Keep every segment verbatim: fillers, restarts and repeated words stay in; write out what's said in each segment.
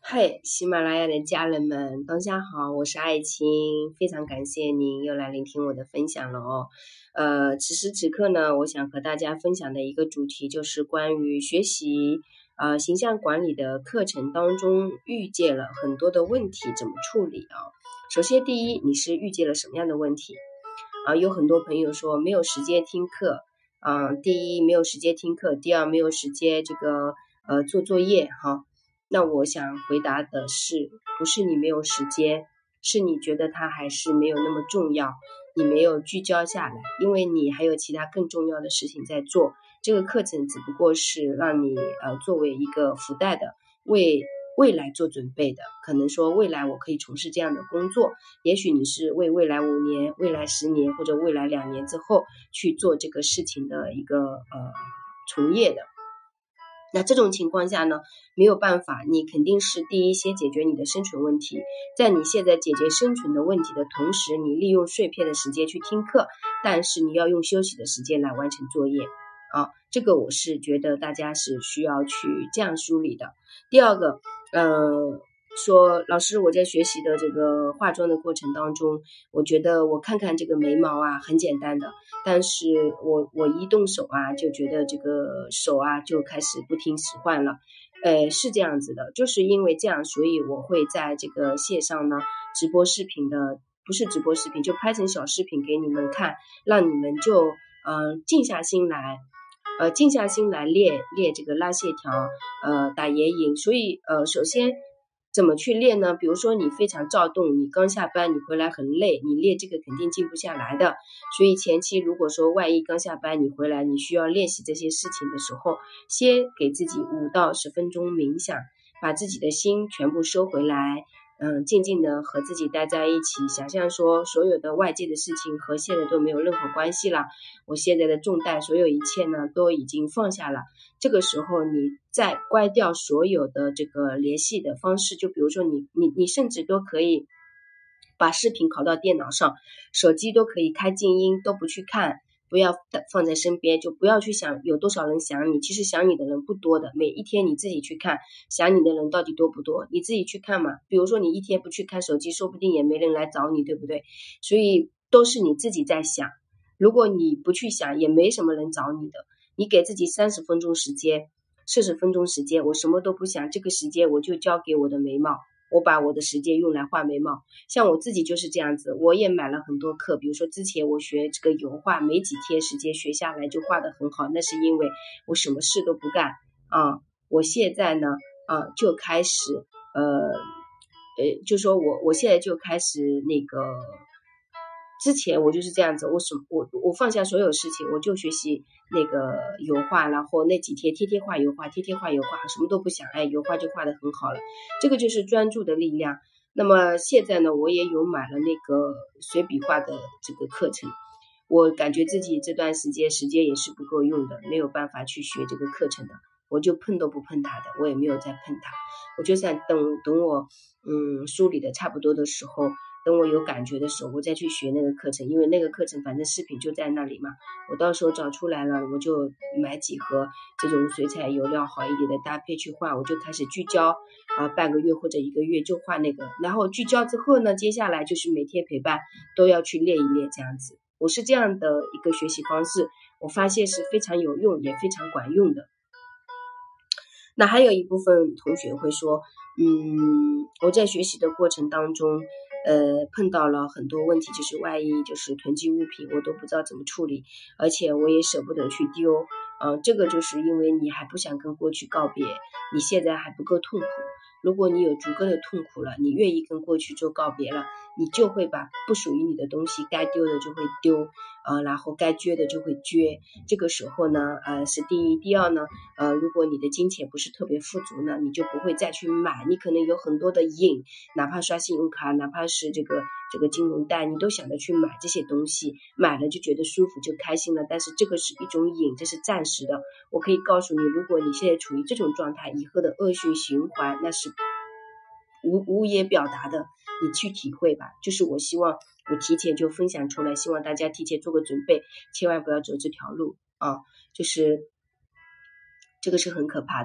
嘿，喜马拉雅的家人们，当下好，我是爱青，非常感谢您又来聆听我的分享了哦。呃，此时此刻呢，我想和大家分享的一个主题就是关于学习呃形象管理的课程当中遇见了很多的问题，怎么处理啊？首先，第一，你是遇见了什么样的问题啊？有很多朋友说没有时间听课，啊，第一没有时间听课，第二没有时间这个呃做作业哈。那我想回答的是，不是你没有时间，是你觉得它还是没有那么重要，你没有聚焦下来，因为你还有其他更重要的事情在做。这个课程只不过是让你呃作为一个附带的，为未来做准备的。可能说未来我可以从事这样的工作，也许你是为未来五年、未来十年或者未来两年之后去做这个事情的一个呃从业的。那这种情况下呢，没有办法，你肯定是第一先解决你的生存问题，在你现在解决生存的问题的同时，你利用碎片的时间去听课，但是你要用休息的时间来完成作业啊，这个我是觉得大家是需要去这样梳理的。第二个，呃说老师，我在学习的这个化妆的过程当中，我觉得我看看这个眉毛啊很简单的，但是我我一动手啊就觉得这个手啊就开始不听使唤了。呃是这样子的，就是因为这样，所以我会在这个线上呢直播视频的，不是直播视频，就拍成小视频给你们看，让你们就呃静下心来呃静下心来练练这个拉线条，呃打眼影。所以呃首先怎么去练呢？比如说你非常躁动，你刚下班，你回来很累，你练这个肯定静不下来的。所以前期如果说万一刚下班你回来，你需要练习这些事情的时候，先给自己五到十分钟冥想，把自己的心全部收回来，嗯，静静的和自己待在一起，想象说所有的外界的事情和现在都没有任何关系了，我现在的重担，所有一切呢都已经放下了。这个时候你再关掉所有的这个联系的方式，就比如说你你你甚至都可以把视频拷到电脑上，手机都可以开静音，都不去看，不要放在身边，就不要去想有多少人想你，其实想你的人不多的，每一天你自己去看想你的人到底多不多，你自己去看嘛。比如说你一天不去看手机，说不定也没人来找你，对不对？所以都是你自己在想，如果你不去想，也没什么人找你的。你给自己三十分钟时间，四十分钟时间，我什么都不想，这个时间我就交给我的眉毛，我把我的时间用来画眉毛。像我自己就是这样子，我也买了很多课，比如说之前我学这个油画，没几天时间学下来就画得很好，那是因为我什么事都不干啊。我现在呢啊就开始呃呃就说我我现在就开始那个之前我就是这样子，我什我我放下所有事情，我就学习那个油画，然后那几天天天画油画，天天画油画，什么都不想，哎，油画就画得很好了。这个就是专注的力量。那么现在呢，我也有买了那个随笔画的这个课程，我感觉自己这段时间时间也是不够用的，没有办法去学这个课程的，我就碰都不碰它的，我也没有再碰它。我就算等等我嗯梳理的差不多的时候，等我有感觉的时候，我再去学那个课程，因为那个课程反正视频就在那里嘛，我到时候找出来了，我就买几盒这种水彩油料好一点的搭配去画，我就开始聚焦啊，半个月或者一个月就画那个，然后聚焦之后呢，接下来就是每天陪伴都要去练一练这样子。我是这样的一个学习方式，我发现是非常有用也非常管用的。那还有一部分同学会说，嗯，我在学习的过程当中呃，碰到了很多问题，就是万一就是囤积物品，我都不知道怎么处理，而且我也舍不得去丢，嗯、呃，这个就是因为你还不想跟过去告别，你现在还不够痛苦。如果你有足够的痛苦了，你愿意跟过去做告别了，你就会把不属于你的东西该丢的就会丢，呃，然后该撅的就会撅。这个时候呢，呃，是第一。第二呢，呃，如果你的金钱不是特别富足呢，你就不会再去买。你可能有很多的瘾，哪怕刷信用卡，哪怕是这个这个金融贷，你都想着去买这些东西，买了就觉得舒服就开心了。但是这个是一种瘾，这是暂时的。我可以告诉你，如果你现在处于这种状态，以后的恶性循环那是无无言表达的，你去体会吧。就是我希望我提前就分享出来，希望大家提前做个准备，千万不要走这条路啊！就是这个是很可怕的。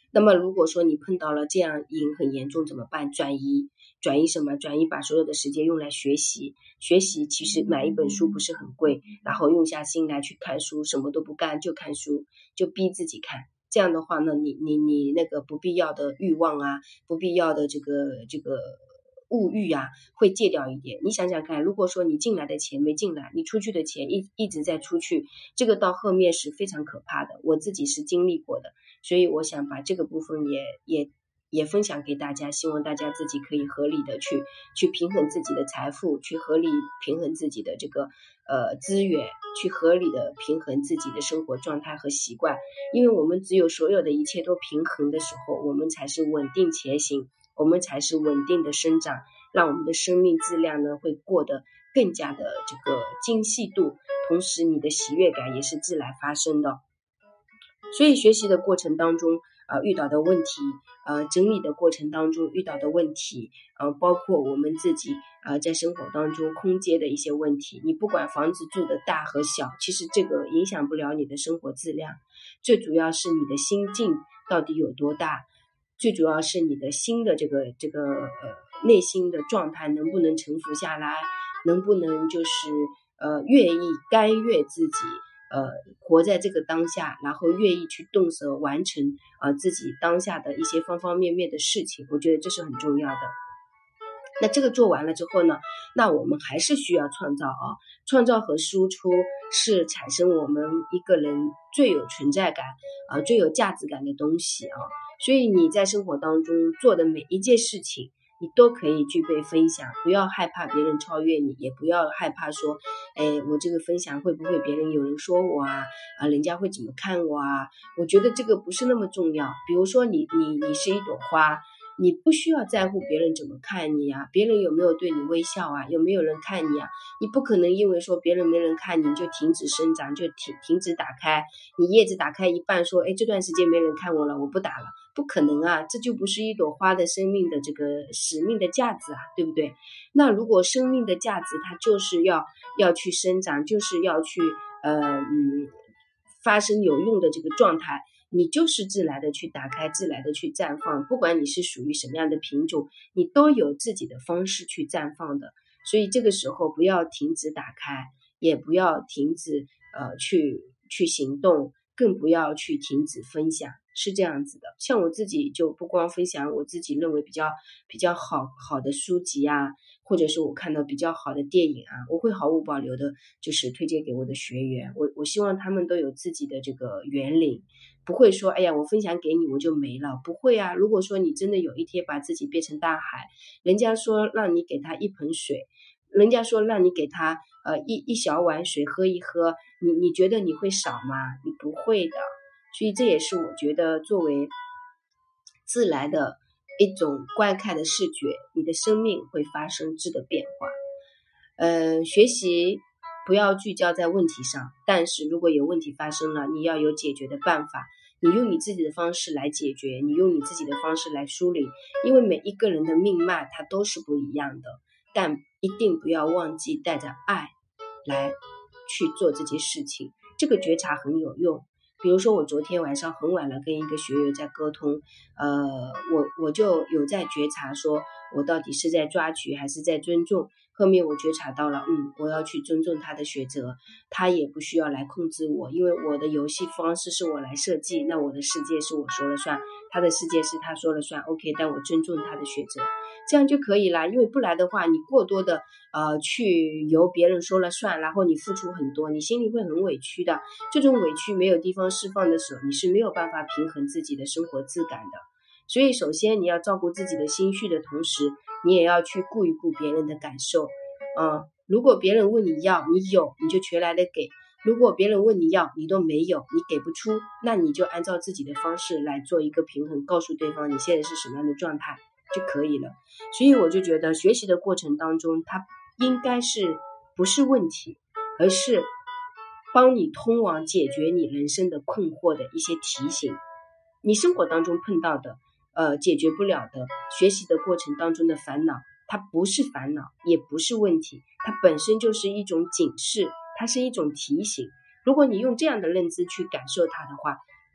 那么如果说你碰到了这样瘾很严重怎么办？转移，转移什么？转移把所有的时间用来学习。学习其实买一本书不是很贵，然后用下心来去看书，什么都不干就看书，就逼自己看。这样的话呢，你你你那个不必要的欲望啊，不必要的这个这个物欲啊，会戒掉一点。你想想看，如果说你进来的钱没进来，你出去的钱一一直在出去，这个到后面是非常可怕的。我自己是经历过的，所以我想把这个部分也也也分享给大家，希望大家自己可以合理的去去平衡自己的财富，去合理平衡自己的这个呃资源，去合理的平衡自己的生活状态和习惯。因为我们只有所有的一切都平衡的时候，我们才是稳定前行，我们才是稳定的生长，让我们的生命质量呢会过得更加的这个精细度，同时你的喜悦感也是自然发生的。所以学习的过程当中呃，遇到的问题，呃，整理的过程当中遇到的问题，呃，包括我们自己呃在生活当中空间的一些问题。你不管房子住的大和小，其实这个影响不了你的生活质量，最主要是你的心境到底有多大，最主要是你的心的这个这个呃内心的状态能不能臣服下来，能不能就是呃愿意甘愿自己。呃，活在这个当下，然后愿意去动手完成呃自己当下的一些方方面面的事情，我觉得这是很重要的。那这个做完了之后呢，那我们还是需要创造啊，创造和输出是产生我们一个人最有存在感啊、呃、最有价值感的东西啊。所以你在生活当中做的每一件事情，你都可以具备分享，不要害怕别人超越你，也不要害怕说，哎，我这个分享会不会别人有人说我啊，啊，人家会怎么看我啊？我觉得这个不是那么重要。比如说你你你是一朵花，你不需要在乎别人怎么看你啊，别人有没有对你微笑啊，有没有人看你啊？你不可能因为说别人没人看你就停止生长，就停停止打开，你叶子打开一半说，哎，这段时间没人看我了，我不打了。不可能啊，这就不是一朵花的生命的这个使命的价值啊，对不对？那如果生命的价值它就是要要去生长，就是要去呃嗯发生有用的这个状态，你就是自然的去打开，自然的去绽放，不管你是属于什么样的品种，你都有自己的方式去绽放的。所以这个时候不要停止打开，也不要停止呃去去行动，更不要去停止分享，是这样子的。像我自己就不光分享我自己认为比较比较好好的书籍啊，或者是我看到比较好的电影啊，我会毫无保留的就是推荐给我的学员，我我希望他们都有自己的这个原理，不会说哎呀我分享给你我就没了，不会啊。如果说你真的有一天把自己变成大海，人家说让你给他一盆水，人家说让你给他呃一一小碗水喝一喝，你你觉得你会少吗？你不会的。所以这也是我觉得作为自然的一种观看的视觉，你的生命会发生质的变化。呃，学习不要聚焦在问题上，但是如果有问题发生了，你要有解决的办法，你用你自己的方式来解决，你用你自己的方式来梳理，因为每一个人的命脉它都是不一样的，但一定不要忘记带着爱来去做这件事情，这个觉察很有用。比如说我昨天晚上很晚了跟一个学员在沟通，呃，我我就有在觉察说我到底是在抓取还是在尊重，后面我觉察到了，嗯，我要去尊重他的选择，他也不需要来控制我，因为我的游戏方式是我来设计，那我的世界是我说了算，他的世界是他说了算 OK， 但我尊重他的选择，这样就可以了。因为不然的话，你过多的呃去由别人说了算，然后你付出很多，你心里会很委屈的，这种委屈没有地方释放的时候，你是没有办法平衡自己的生活质感的。所以首先你要照顾自己的心绪的同时，你也要去顾一顾别人的感受。嗯，如果别人问你要，你有你就全来的给，如果别人问你要你都没有，你给不出，那你就按照自己的方式来做一个平衡，告诉对方你现在是什么样的状态就可以了。所以我就觉得学习的过程当中，它应该是不是问题，而是帮你通往解决你人生的困惑的一些提醒，你生活当中碰到的呃解决不了的学习的过程当中的烦恼，它不是烦恼也不是问题，它本身就是一种警示，它是一种提醒。如果你用这样的认知去感受它的话，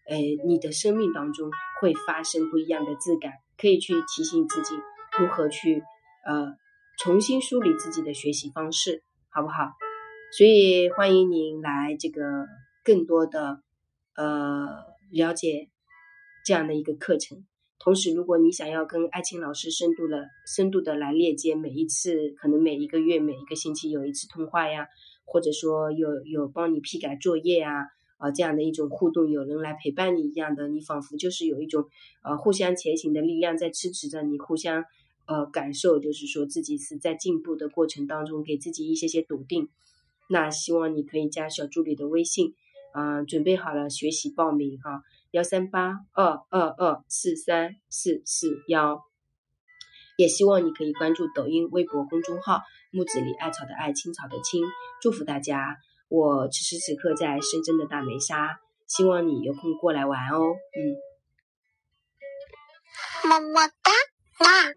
呃，你的生命当中会发生不一样的质感，可以去提醒自己如何去呃重新梳理自己的学习方式，好不好？所以欢迎您来这个更多的呃了解这样的一个课程。同时，如果你想要跟爱青老师深度的深度的来链接，每一次可能每一个月、每一个星期有一次通话呀，或者说有有帮你批改作业啊，呃这样的一种互动，有人来陪伴你一样的，你仿佛就是有一种呃互相前行的力量在支持着你，互相呃感受，就是说自己是在进步的过程当中，给自己一些些笃定。那希望你可以加小助理的微信，啊、呃，准备好了学习报名哈，幺三八二二二四三四四幺。也希望你可以关注抖音、微博公众号“木子里艾草的艾，青草的青”。祝福大家！我此时此刻在深圳的大梅沙，希望你有空过来玩哦。嗯， 么么哒，哇。